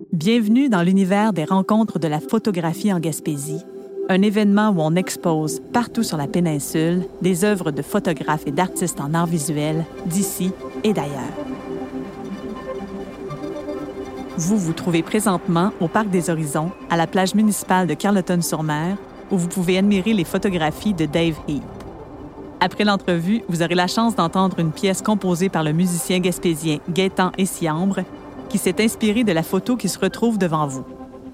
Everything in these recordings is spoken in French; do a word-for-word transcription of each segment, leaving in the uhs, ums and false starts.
Bienvenue dans l'univers des rencontres de la photographie en Gaspésie, un événement où on expose partout sur la péninsule des œuvres de photographes et d'artistes en art visuel d'ici et d'ailleurs. Vous vous trouvez présentement au Parc des Horizons, à la plage municipale de Carleton-sur-Mer, où vous pouvez admirer les photographies de Dave Heath. Après l'entrevue, vous aurez la chance d'entendre une pièce composée par le musicien gaspésien Gaétan Essiambre, qui s'est inspiré de la photo qui se retrouve devant vous.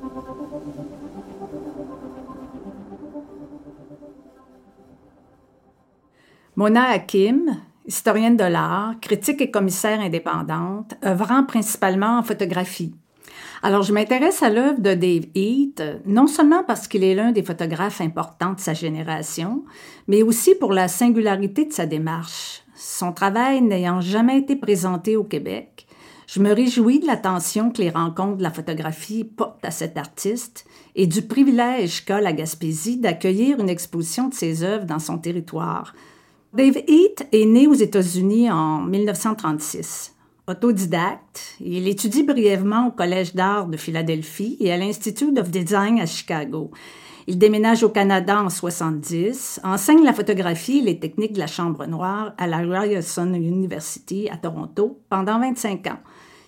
Mona Hakim, historienne de l'art, critique et commissaire indépendante, œuvrant principalement en photographie. Alors, je m'intéresse à l'œuvre de Dave Heath, non seulement parce qu'il est l'un des photographes importants de sa génération, mais aussi pour la singularité de sa démarche. Son travail n'ayant jamais été présenté au Québec, je me réjouis de l'attention que les rencontres de la photographie portent à cet artiste et du privilège qu'a la Gaspésie d'accueillir une exposition de ses œuvres dans son territoire. Dave Heath est né aux États-Unis en dix-neuf cent trente-six. Autodidacte, il étudie brièvement au Collège d'art de Philadelphie et à l'Institute of Design à Chicago. Il déménage au Canada en soixante-dix, enseigne la photographie et les techniques de la chambre noire à la Ryerson University à Toronto pendant vingt-cinq ans.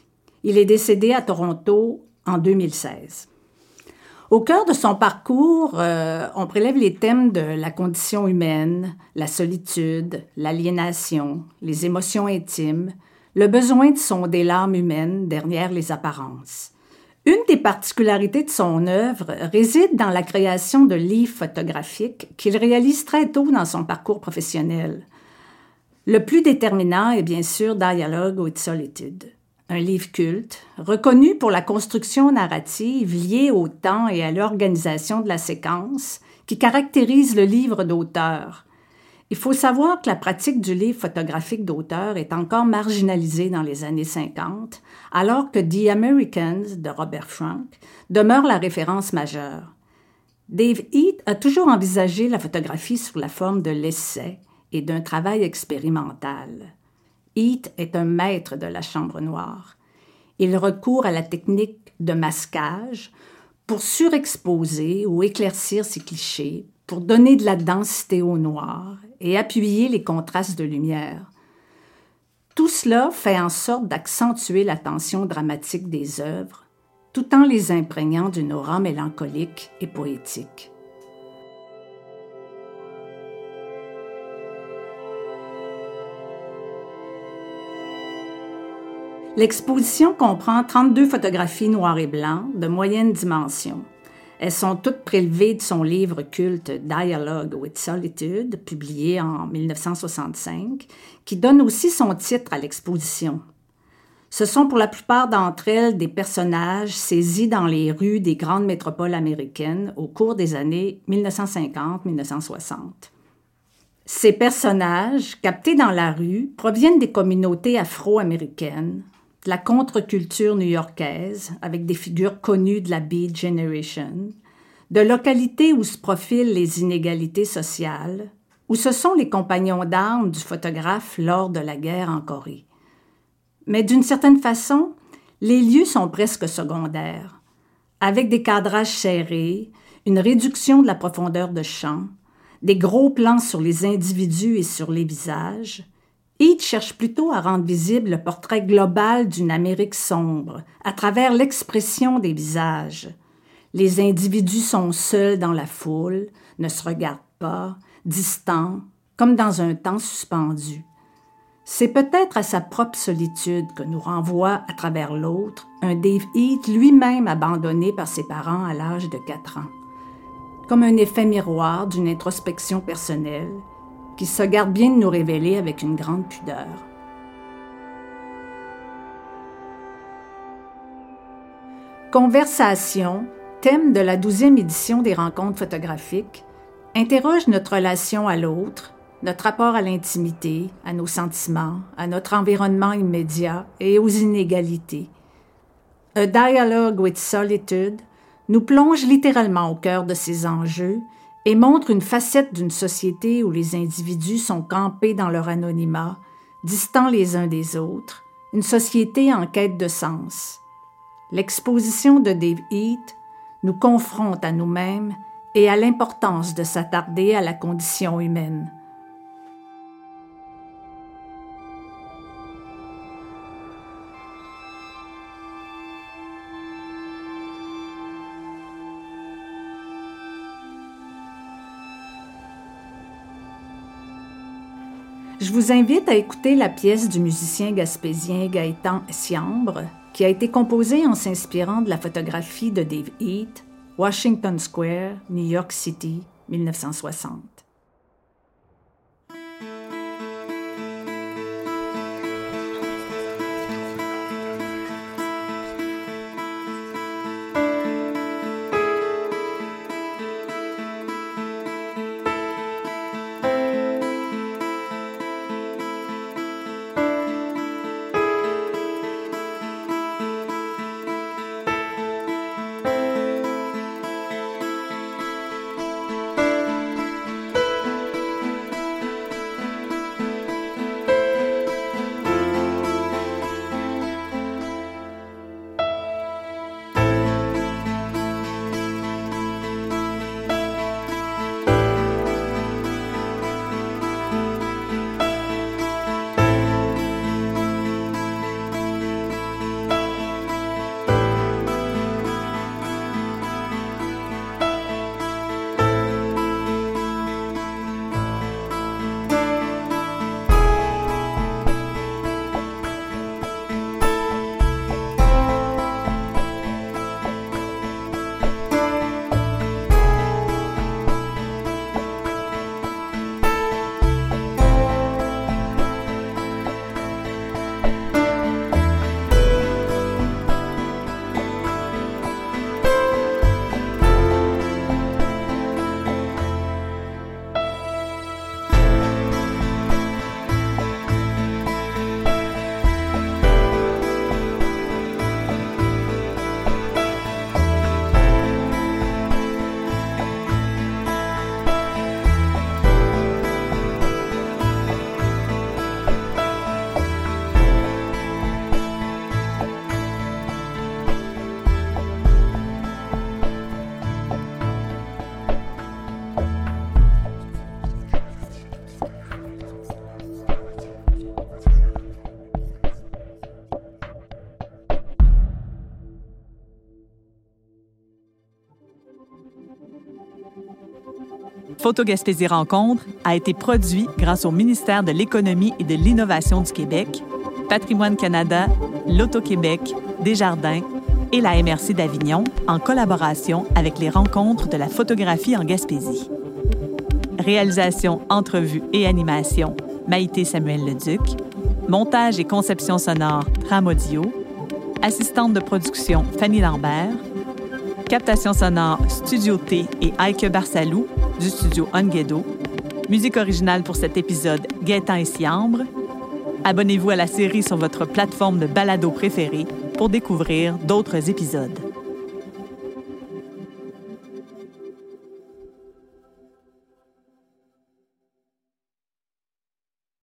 Il est décédé à Toronto en deux mille seize. Au cœur de son parcours, euh, on prélève les thèmes de la condition humaine, la solitude, l'aliénation, les émotions intimes, le besoin de sonder l'âme humaine derrière les apparences. Une des particularités de son œuvre réside dans la création de livres photographiques qu'il réalise très tôt dans son parcours professionnel. Le plus déterminant est bien sûr Dialogue with Solitude, un livre culte, reconnu pour la construction narrative liée au temps et à l'organisation de la séquence qui caractérise le livre d'auteur. Il faut savoir que la pratique du livre photographique d'auteur est encore marginalisée dans les années cinquante, alors que The Americans de Robert Frank demeure la référence majeure. Dave Heath a toujours envisagé la photographie sous la forme de l'essai et d'un travail expérimental. Heath est un maître de la chambre noire. Il recourt à la technique de masquage pour surexposer ou éclaircir ses clichés, pour donner de la densité au noir et appuyer les contrastes de lumière. Tout cela fait en sorte d'accentuer la tension dramatique des œuvres, tout en les imprégnant d'une aura mélancolique et poétique. L'exposition comprend trente-deux photographies noir et blanc de moyenne dimension. Elles sont toutes prélevées de son livre culte Dialogue with Solitude, publié en dix-neuf cent soixante-cinq, qui donne aussi son titre à l'exposition. Ce sont pour la plupart d'entre elles des personnages saisis dans les rues des grandes métropoles américaines au cours des années dix-neuf cent cinquante à dix-neuf cent soixante. Ces personnages, captés dans la rue, proviennent des communautés afro-américaines, de la contre-culture new-yorkaise, avec des figures connues de la Beat Generation, de localités où se profilent les inégalités sociales, où ce sont les compagnons d'armes du photographe lors de la guerre en Corée. Mais d'une certaine façon, les lieux sont presque secondaires, avec des cadrages serrés, une réduction de la profondeur de champ, des gros plans sur les individus et sur les visages. Heath cherche plutôt à rendre visible le portrait global d'une Amérique sombre à travers l'expression des visages. Les individus sont seuls dans la foule, ne se regardent pas, distants, comme dans un temps suspendu. C'est peut-être à sa propre solitude que nous renvoie à travers l'autre un Dave Heath lui-même abandonné par ses parents à l'âge de quatre ans. Comme un effet miroir d'une introspection personnelle qui se garde bien de nous révéler avec une grande pudeur. Conversation, thème de la douzième édition des rencontres photographiques, interroge notre relation à l'autre, notre rapport à l'intimité, à nos sentiments, à notre environnement immédiat et aux inégalités. A Dialogue with Solitude nous plonge littéralement au cœur de ces enjeux et montre une facette d'une société où les individus sont campés dans leur anonymat, distants les uns des autres, une société en quête de sens. l'exposition de Dave Heath nous confronte à nous-mêmes et à l'importance de s'attarder à la condition humaine. Je vous invite à écouter la pièce du musicien gaspésien Gaëtan Siambre, qui a été composée en s'inspirant de la photographie de Dave Heath, Washington Square, New York City, mille neuf cent soixante. Photo Gaspésie Rencontre a été produit grâce au ministère de l'Économie et de l'Innovation du Québec, Patrimoine Canada, l'Auto-Québec, Desjardins et la M R C d'Avignon en collaboration avec les Rencontres de la photographie en Gaspésie. Réalisation, entrevue et animation, Maïté Samuel-Leduc. Montage et conception sonore, Tram Audio. Assistante de production, Fanny Lambert. Captation sonore, Studio T et Aïke Barsalou du studio Onguedo. Musique originale pour cet épisode, Gaëtan et Siambre. Abonnez-vous à la série sur votre plateforme de balado préférée pour découvrir d'autres épisodes.